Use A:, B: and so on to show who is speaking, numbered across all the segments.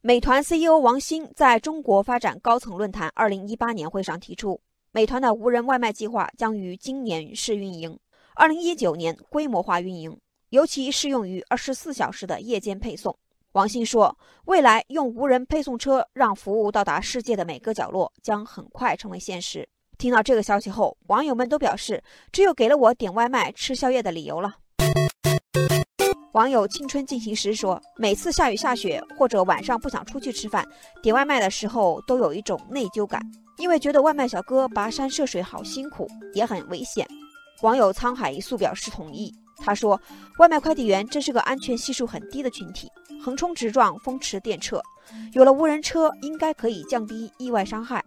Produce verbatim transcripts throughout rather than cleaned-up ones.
A: 美团 C E O 王兴在中国发展高层论坛二零一八年会上提出，美团的无人外卖计划将于今年试运营，二零一九年规模化运营，尤其适用于二十四小时的夜间配送。王兴说，未来用无人配送车让服务到达世界的每个角落将很快成为现实。听到这个消息后，网友们都表示，只有给了我点外卖吃宵夜的理由了。网友青春进行时说，每次下雨下雪或者晚上不想出去吃饭，点外卖的时候都有一种内疚感，因为觉得外卖小哥跋山涉水好辛苦，也很危险。网友沧海一粟表示同意，他说，外卖快递员真是个安全系数很低的群体，横冲直撞，风驰电掣，有了无人车应该可以降低意外伤害。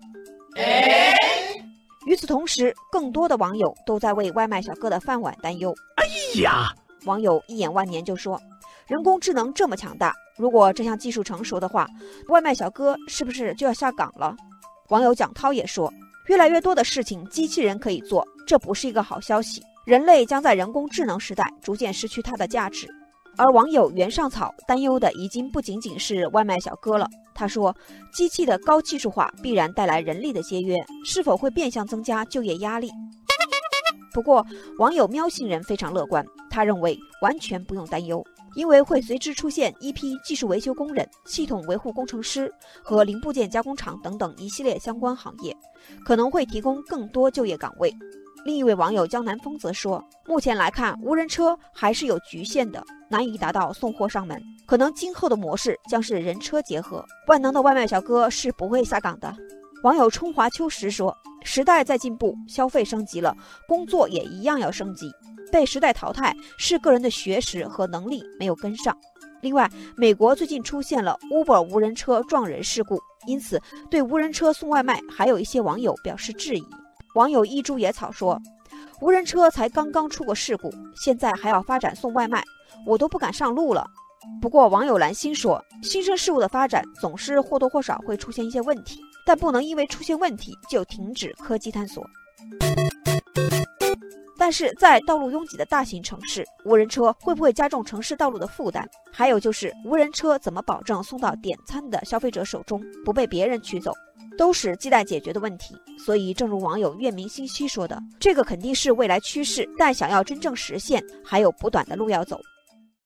A: 与此同时，更多的网友都在为外卖小哥的饭碗担忧。
B: 哎呀！
A: 网友一眼万年就说，人工智能这么强大，如果这项技术成熟的话，外卖小哥是不是就要下岗了？网友蒋涛也说，越来越多的事情机器人可以做，这不是一个好消息，人类将在人工智能时代逐渐失去它的价值。而网友原上草担忧的已经不仅仅是外卖小哥了，他说，机器的高技术化必然带来人力的节约，是否会变相增加就业压力？不过网友喵星人非常乐观，他认为完全不用担忧，因为会随之出现一批技术维修工人、系统维护工程师和零部件加工厂等等一系列相关行业，可能会提供更多就业岗位。另一位网友江南风则说，目前来看，无人车还是有局限的，难以达到送货上门，可能今后的模式将是人车结合，万能的外卖小哥是不会下岗的。网友冲华秋实说，时代在进步，消费升级了，工作也一样要升级，被时代淘汰是个人的学识和能力没有跟上。另外，美国最近出现了 Uber 无人车撞人事故，因此对无人车送外卖还有一些网友表示质疑。网友一株野草说，无人车才刚刚出过事故，现在还要发展送外卖，我都不敢上路了。不过网友蓝心说，新生事物的发展总是或多或少会出现一些问题，但不能因为出现问题就停止科技探索。但是在道路拥挤的大型城市，无人车会不会加重城市道路的负担？还有就是无人车怎么保证送到点餐的消费者手中不被别人取走，都是亟待解决的问题。所以正如网友月明星稀说的，这个肯定是未来趋势，但想要真正实现，还有不短的路要走。